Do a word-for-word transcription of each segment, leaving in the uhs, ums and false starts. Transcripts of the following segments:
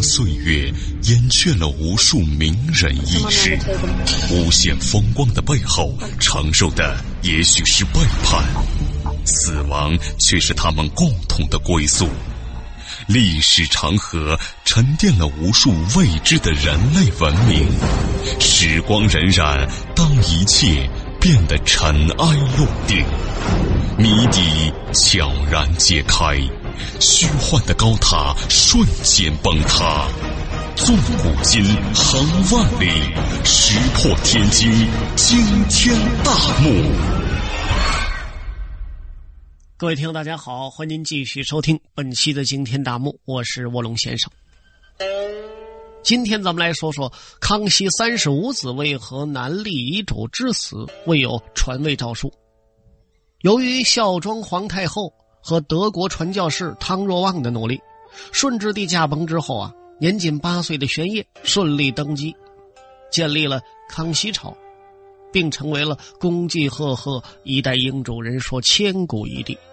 岁月掩却了无数名人轶事，无限风光的背后承受的也许是背叛，死亡却是他们共同的归宿。历史长河沉淀了无数未知的人类文明，时光荏苒，当一切变得尘埃落定，谜底悄然揭开，虚幻的高塔瞬间崩塌，纵古今，横万里，石破天惊，惊天大幕。 各位听众大家好，欢迎您继续收听本期的惊天大幕，我是卧龙先生。今天咱们来说说康熙三十五子为何难立遗嘱致死，未有传位诏书。由于孝庄皇太后和德国传教士汤若望的努力，顺治帝驾崩之后啊，年仅八岁的玄烨顺利登基，建立了康熙朝，并成为了功绩赫赫、一代英主人说千古一帝。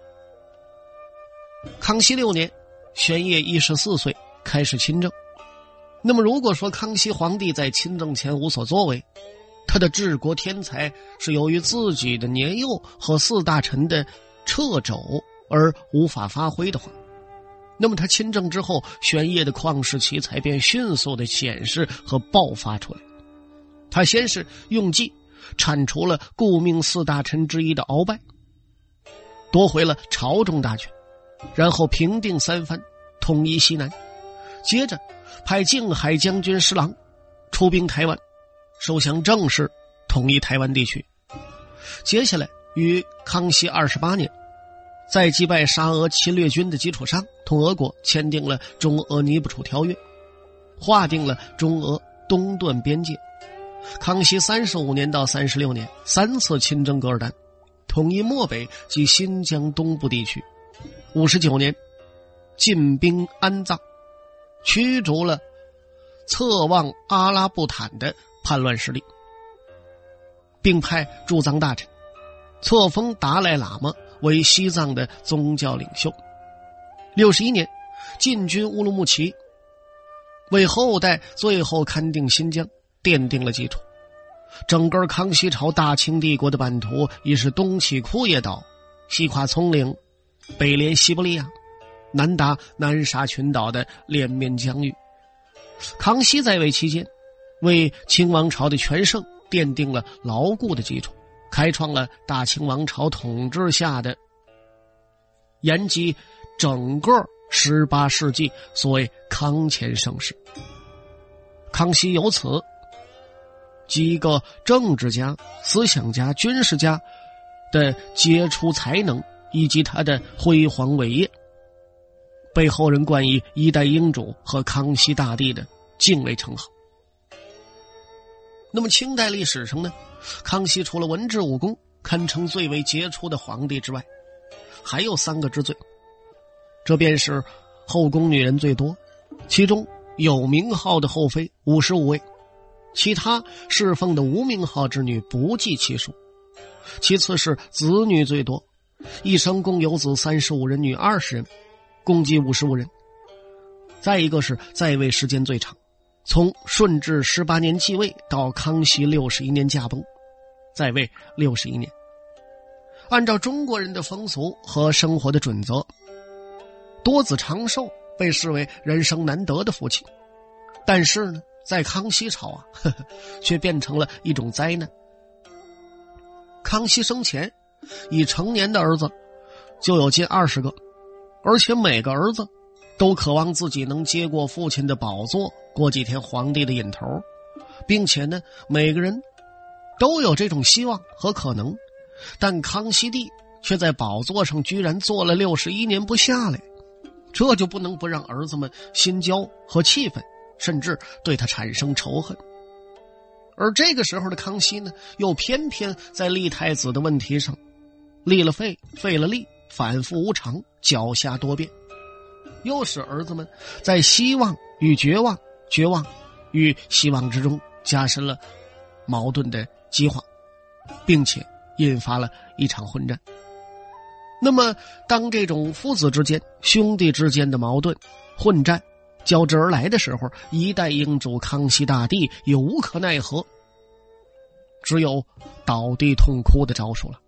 康熙六年，玄烨一十四岁开始亲政。那么如果说康熙皇帝在亲政前无所作为，他的治国天才是由于自己的年幼和四大臣的掣肘而无法发挥的话，那么他亲政之后，玄烨的旷世奇才便迅速的显示和爆发出来。他先是用计铲除了顾命四大臣之一的鳌拜，夺回了朝中大权，然后平定三藩，统一西南，接着派靖海将军施琅出兵台湾，收降郑氏，统一台湾地区。接下来于康熙二十八年，在击败沙俄侵略军的基础上，同俄国签订了中俄尼布楚条约，划定了中俄东顿边界。康熙三十五年到三十六年，三次亲征噶尔丹，统一漠北及新疆东部地区。五十九年，进兵安藏，驱逐了策妄阿拉布坦的叛乱势力，并派驻藏大臣册封达赖喇嘛为西藏的宗教领袖。六十一年，进军乌鲁木齐，为后代最后勘定新疆奠定了基础。整个康熙朝大清帝国的版图已是东起库页岛，西跨葱岭，北连西伯利亚，南达南沙群岛的连绵疆域。康熙在位期间，为清王朝的全盛奠定了牢固的基础，开创了大清王朝统治下的延及整个十八世纪所谓康乾盛世。康熙由此集一个政治家、思想家、军事家的杰出才能以及他的辉煌伟业，被后人冠以一代英主和康熙大帝的敬畏称号。那么清代历史上呢，康熙除了文治武功堪称最为杰出的皇帝之外，还有三个之最，这便是后宫女人最多，其中有名号的后妃五十五位，其他侍奉的无名号之女不计其数。其次是子女最多，一生共有子三十五人，女二十人，共计五十五人。再一个是在位时间最长，从顺治十八年继位到康熙六十一年驾崩，在位六十一年。按照中国人的风俗和生活的准则，多子长寿被视为人生难得的福气，但是呢，在康熙朝啊，呵呵，却变成了一种灾难。康熙生前，已成年的儿子就有近二十个，而且每个儿子都渴望自己能接过父亲的宝座，过几天皇帝的瘾头，并且呢，每个人都有这种希望和可能。但康熙帝却在宝座上居然坐了六十一年不下来，这就不能不让儿子们心焦和气愤，甚至对他产生仇恨。而这个时候的康熙呢，又偏偏在立太子的问题上立了废，废了立，反复无常，脚下多变，又使儿子们在希望与绝望、绝望与希望之中加深了矛盾的激化，并且引发了一场混战。那么当这种父子之间、兄弟之间的矛盾混战交织而来的时候，一代英主康熙大帝也无可奈何，只有倒地痛哭的招数了。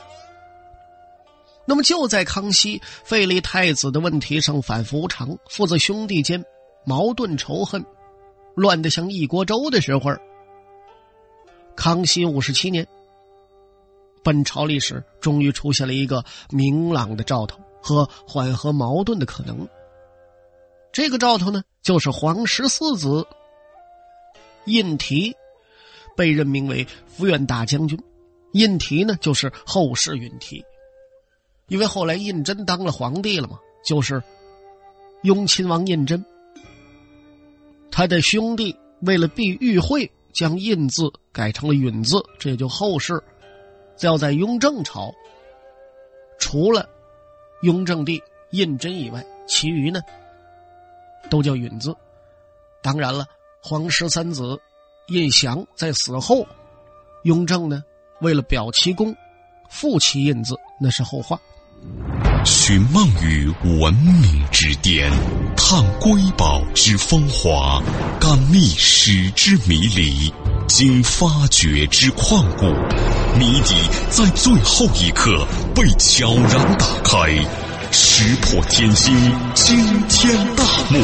那么就在康熙废立太子的问题上反复无常，父子兄弟间矛盾仇恨乱得像一锅粥的时候，康熙五十七年，本朝历史终于出现了一个明朗的兆头和缓和矛盾的可能。这个兆头呢，就是皇十四子胤禔被任命为辅远大将军。胤禔呢，就是后世允禔，因为后来胤禛当了皇帝了嘛，就是雍亲王胤禛。他的兄弟为了避讳讳，将胤字改成了允字，这也就后世要在雍正朝，除了雍正帝胤禛以外，其余呢都叫允字。当然了，皇十三子胤祥在死后，雍正呢为了表其功，复其胤字，那是后话。 寻梦于文明之巅，探瑰宝之风华，感历史之迷离，经发掘之旷古，谜底在最后一刻被悄然打开，石破天惊，惊天大幕。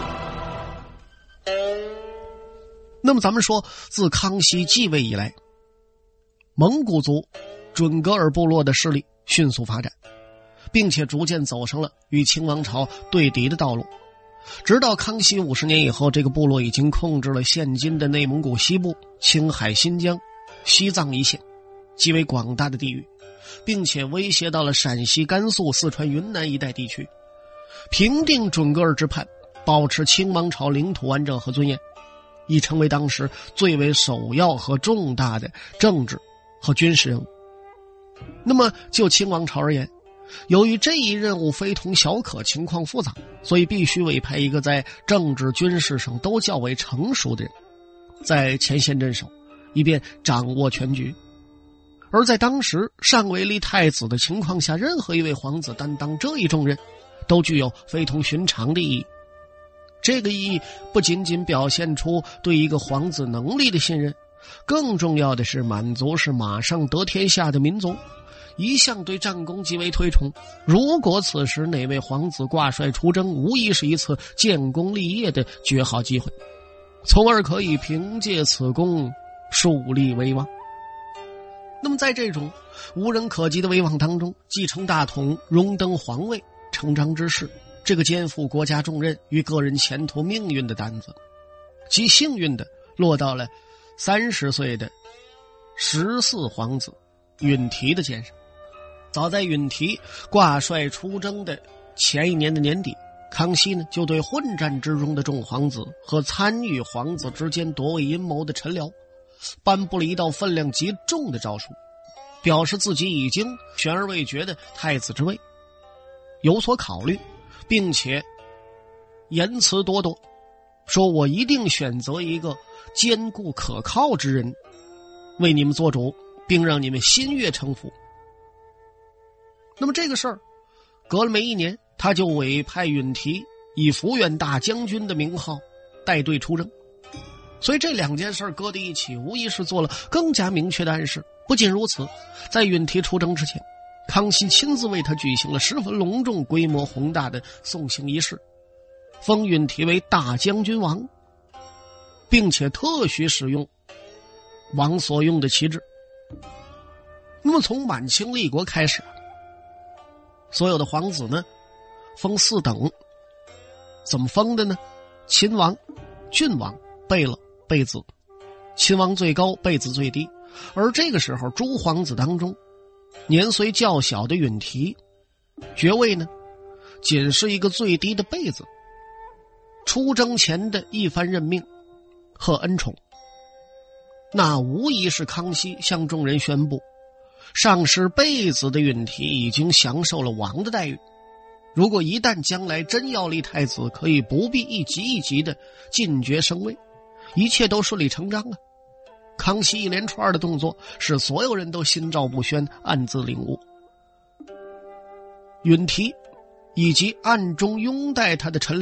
那么咱们说，自康熙继位以来，蒙古族准噶尔部落的势力迅速发展，并且逐渐走上了与清王朝对敌的道路。直到康熙五十年以后，这个部落已经控制了现今的内蒙古西部、青海、新疆、西藏一线极为广大的地域，并且威胁到了陕西、甘肃、四川、云南一带地区。平定准噶尔之叛，保持清王朝领土完整和尊严，已成为当时最为首要和重大的政治和军事任务。那么就清王朝而言，由于这一任务非同小可，情况复杂，所以必须委派一个在政治军事上都较为成熟的人在前线镇守，以便掌握全局。而在当时尚未立太子的情况下，任何一位皇子担当这一重任都具有非同寻常的意义。这个意义不仅仅表现出对一个皇子能力的信任，更重要的是满族是马上得天下的民族，一向对战功极为推崇。如果此时哪位皇子挂帅出征，无疑是一次建功立业的绝好机会，从而可以凭借此功树立威望。那么在这种无人可及的威望当中，继承大统、荣登皇位、成章之事，这个肩负国家重任与个人前途命运的担子，极幸运的落到了三十岁的十四皇子允禔的肩上。早在允禔挂帅出征的前一年的年底，康熙呢就对混战之中的众皇子和参与皇子之间夺位阴谋的臣僚颁布了一道分量极重的诏书，表示自己已经悬而未决的太子之位有所考虑，并且言辞多多，说我一定选择一个坚固可靠之人为你们做主，并让你们心悦诚服。那么这个事儿隔了没一年，他就委派允禔以辅远大将军的名号带队出征。所以这两件事搁在一起，无疑是做了更加明确的暗示。不仅如此，在允禔出征之前，康熙亲自为他举行了十分隆重、规模宏大的送行仪式，封允禔为大将军王，并且特许使用王所用的旗帜。那么从满清立国开始，所有的皇子呢封四等，怎么封的呢？亲王、郡王、贝勒、贝子，亲王最高，贝子最低。而这个时候诸皇子当中，年岁较小的允禔爵位呢仅是一个最低的贝子。出征前的一番任命和恩宠，那无疑是康熙向众人宣布，上师贝子的允禔已经享受了王的待遇，如果一旦将来真要立太子，可以不必一级一级的进爵升位，一切都顺理成章啊。康熙一连串的动作使所有人都心照不宣，暗自领悟。允禔以及暗中拥戴他的臣僚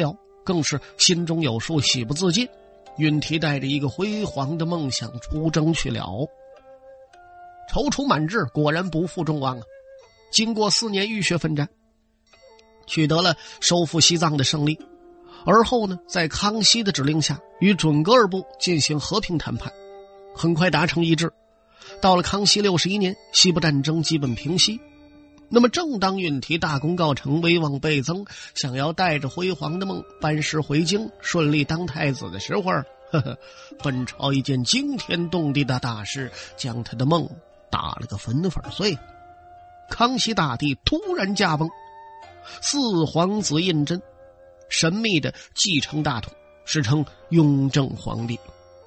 更是心中有数，喜不自禁。允提带着一个辉煌的梦想出征去了，踌躇满志，果然不负众望啊！经过四年浴血奋战，取得了收复西藏的胜利。而后呢，在康熙的指令下，与准噶尔部进行和平谈判，很快达成一致。到了康熙六十一年，西部战争基本平息。那么正当允提大功告成，威望倍增，想要带着辉煌的梦班师回京，顺利当太子的时候，呵呵，本朝一件惊天动地的大事，将他的梦打了个粉粉碎。康熙大帝突然驾崩，四皇子胤禛神秘的继承大统，史称雍正皇帝。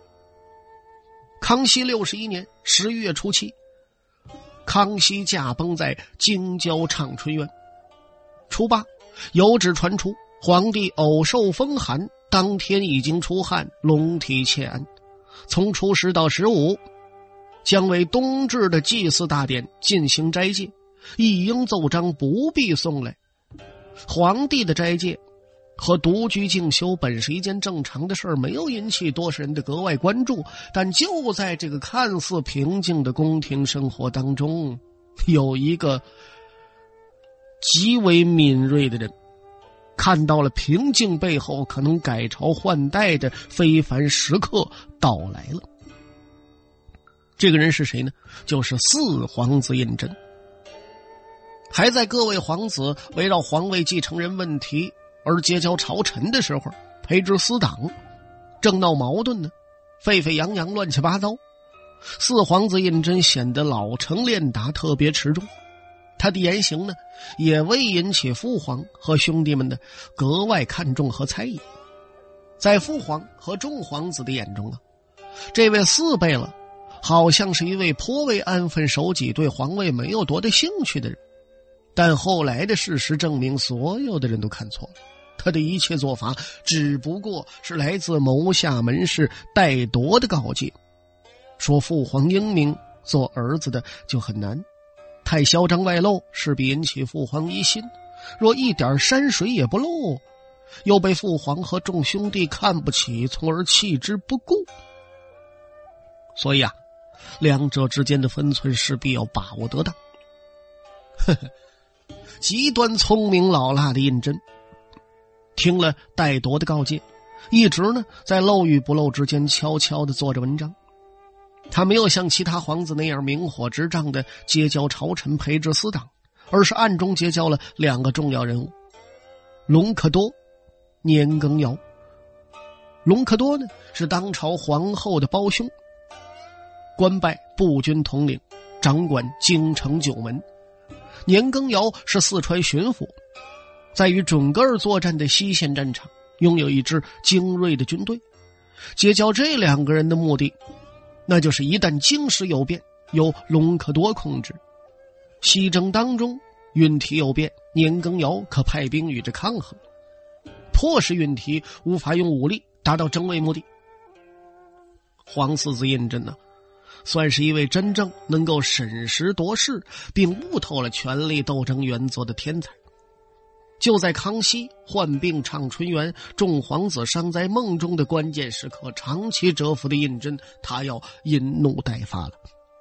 康熙六十一年十一月初七，康熙驾崩在京郊畅春园。初八，有旨传出，皇帝偶受风寒，当天已经出汗，龙体欠安。从初十到十五，将为冬至的祭祀大典进行斋戒，一应奏章不必送来。皇帝的斋戒和独居静修本是一件正常的事儿，没有引起多少人的格外关注。但就在这个看似平静的宫廷生活当中，有一个极为敏锐的人看到了平静背后可能改朝换代的非凡时刻到来了。这个人是谁呢？就是四皇子胤禛。还在各位皇子围绕皇位继承人问题而结交朝臣的时候，培植私党，正闹矛盾呢，沸沸扬扬，乱七八糟。四皇子胤禛显得老成练达，特别持重。他的言行呢，也未引起父皇和兄弟们的格外看重和猜疑。在父皇和众皇子的眼中啊，这位四贝勒好像是一位颇为安分守己，对皇位没有多大兴趣的人。但后来的事实证明，所有的人都看错了，他的一切做法只不过是来自谋下门士戴铎的告诫，说父皇英明，做儿子的就很难，太嚣张外露，势必引起父皇疑心，若一点山水也不露，又被父皇和众兄弟看不起，从而弃之不顾。所以啊，两者之间的分寸势必要把握得当。呵呵，极端聪明老辣的胤禛听了戴铎的告诫，一直呢在漏与不漏之间悄悄地做着文章。他没有像其他皇子那样明火执仗的结交朝臣，培植私党，而是暗中结交了两个重要人物，隆科多、年羹尧。隆科多呢是当朝皇后的胞兄，官拜步军统领，掌管京城九门。年羹尧是四川巡抚，在与准噶尔作战的西线战场拥有一支精锐的军队。结交这两个人的目的，那就是一旦京师有变，由隆科多控制；西征当中允提有变，年羹尧可派兵与之抗衡，迫使允提无法用武力达到征魏目的。皇四子胤禛呢，算是一位真正能够审时度势并悟透了权力斗争原则的天才。就在康熙患病畅春园，众皇子尚在梦中的关键时刻，长期蛰伏的胤禛他要引怒待发了。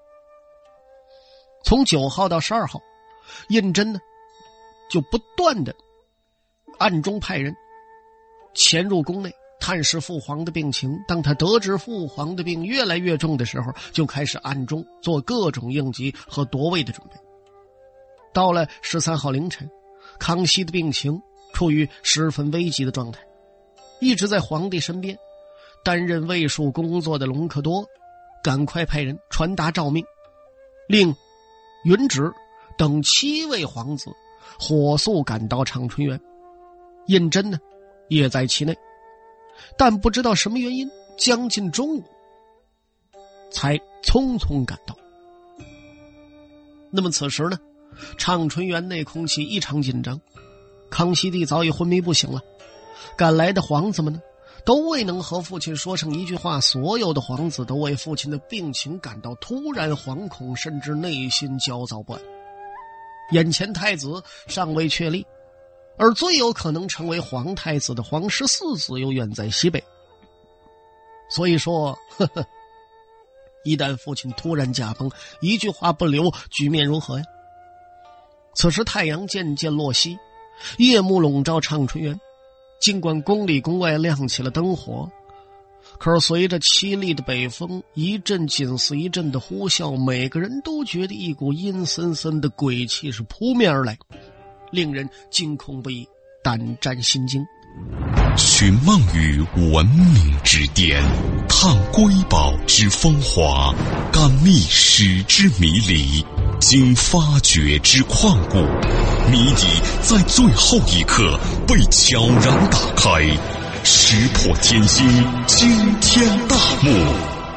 从九号到十二号，胤禛呢就不断的暗中派人潜入宫内探视父皇的病情。当他得知父皇的病越来越重的时候，就开始暗中做各种应急和夺位的准备。到了十三号凌晨，康熙的病情处于十分危急的状态，一直在皇帝身边担任卫戍工作的隆科多赶快派人传达诏命，令允旨等七位皇子火速赶到畅春园。胤禛呢也在其内，但不知道什么原因，将近中午才匆匆赶到。那么此时呢，畅春园内空气异常紧张，康熙帝早已昏迷不醒了。赶来的皇子们呢，都未能和父亲说上一句话，所有的皇子都为父亲的病情感到突然惶恐，甚至内心焦躁不安。眼前太子尚未确立， 而最有可能成为皇太子的皇十四子又远在西北。所以说，呵呵，一旦父亲突然驾崩，一句话不留，局面如何呀？此时太阳渐渐落西，夜幕笼罩畅春园，尽管宫里宫外亮起了灯火，可是随着凄厉的北风一阵紧似一阵的呼啸，每个人都觉得一股阴森森的鬼气是扑面而来，令人惊恐不已，胆战心惊。 寻梦于文明之巅，探瑰宝之风华，感历史之迷离，经发掘之旷古，谜底在最后一刻被悄然打开，石破天惊，惊天大幕。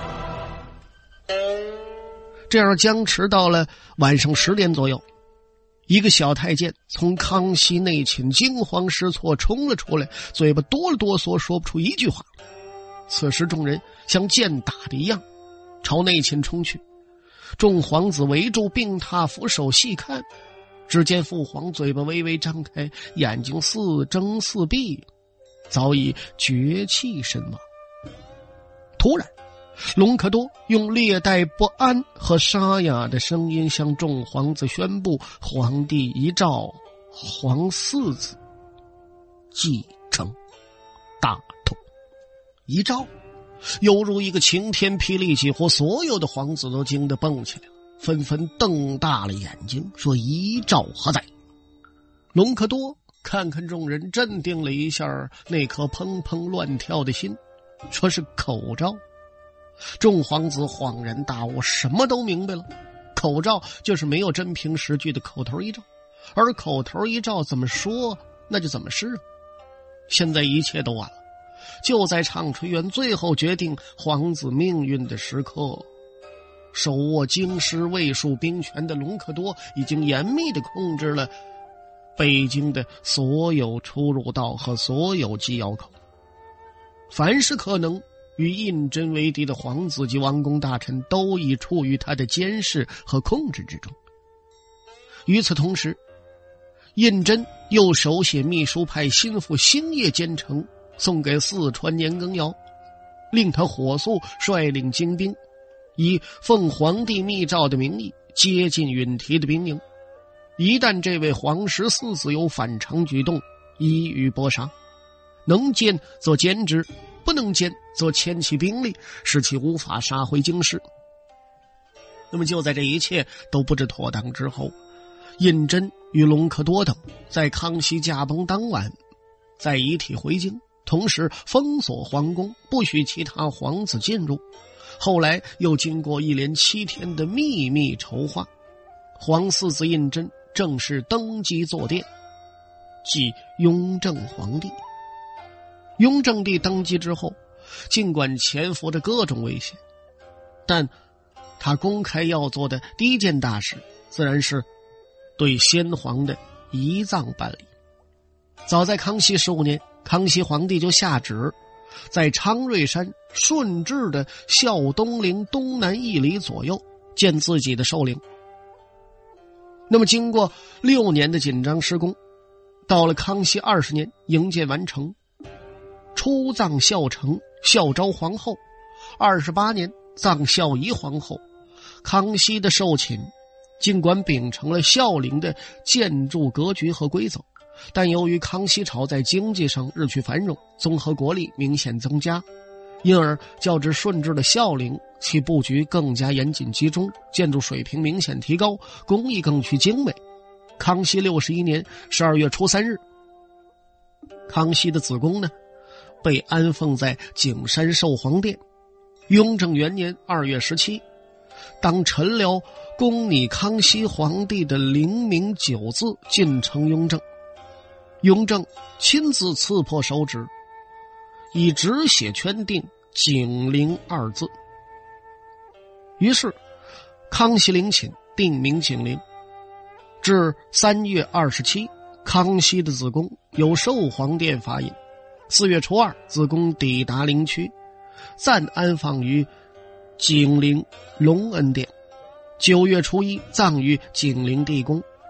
这样僵持到了晚上十点左右，一个小太监从康熙内寝惊慌失措冲了出来，嘴巴哆了哆嗦，说不出一句话。此时众人像箭打的一样朝内寝冲去，众皇子围住病榻扶手细看，只见父皇嘴巴微微张开，眼睛似睁似闭，早已绝气身亡。突然隆科多用略带不安和沙哑的声音向众皇子宣布，皇帝遗诏皇四子继承大统。遗诏犹如一个晴天霹雳，几乎所有的皇子都惊得蹦起来了，纷纷瞪大了眼睛，说遗诏何在？隆科多看看众人，镇定了一下那颗砰砰乱跳的心，说是口诏。众皇子恍然大悟，什么都明白了。口诏就是没有真凭实据的口头遗诏，而口头遗诏怎么说那就怎么是。现在一切都完了，就在畅春园最后决定皇子命运的时刻，手握京师卫戍兵权的隆科多已经严密地控制了北京的所有出入道和所有机要口，凡是可能与胤禛为敌的皇子及王公大臣都已处于他的监视和控制之中。与此同时，胤禛又手写秘书派心腹星夜兼程送给四川年羹尧，令他火速率领精兵，以奉皇帝密诏的名义接近允提的兵营，一旦这位皇十四子有反常举动，一语搏杀，能歼则歼之，不能歼则牵其兵力，使其无法杀回京师。那么就在这一切都布置妥当之后，胤禛与隆科多等在康熙驾崩当晚再遗体回京，同时封锁皇宫，不许其他皇子进入。后来又经过一连七天的秘密筹划，皇四子胤禛正式登基坐殿，即雍正皇帝。雍正帝登基之后，尽管潜伏着各种危险，但他公开要做的第一件大事自然是对先皇的遗葬办理。早在康熙十五年，康熙皇帝就下旨在昌瑞山顺治的孝东陵东南一里左右建自己的寿陵。那么经过六年的紧张施工，到了康熙二十年营建完成，初葬孝成、孝昭皇后，二十八年葬孝仪皇后。康熙的寿寝尽管秉承了孝陵的建筑格局和规则，但由于康熙朝在经济上日趋繁荣，综合国力明显增加，因而较之顺治的孝陵，其布局更加严谨集中，建筑水平明显提高，工艺更趋精美。康熙六十一年十二月初三日，康熙的子宫呢被安奉在景山寿皇殿。雍正元年二月十七，当陈辽恭拟康熙皇帝的陵名九字进呈雍正，雍正亲自刺破手指，以直写圈定景陵二字。于是康熙陵寝定名景陵。至三月二十七，康熙的子宫由寿皇殿发引，四月初二子宫抵达陵区，暂安放于景陵隆恩殿，九月初一葬于景陵地宫，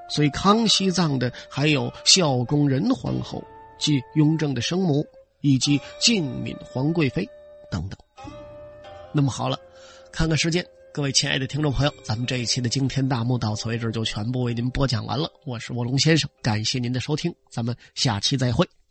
随康熙葬的还有孝恭仁皇后，即雍正的生母，以及静敏皇贵妃等等。那么好了，看看时间，各位亲爱的听众朋友，咱们这一期的惊天大幕到此为止就全部为您播讲完了。我是卧龙先生，感谢您的收听，咱们下期再会。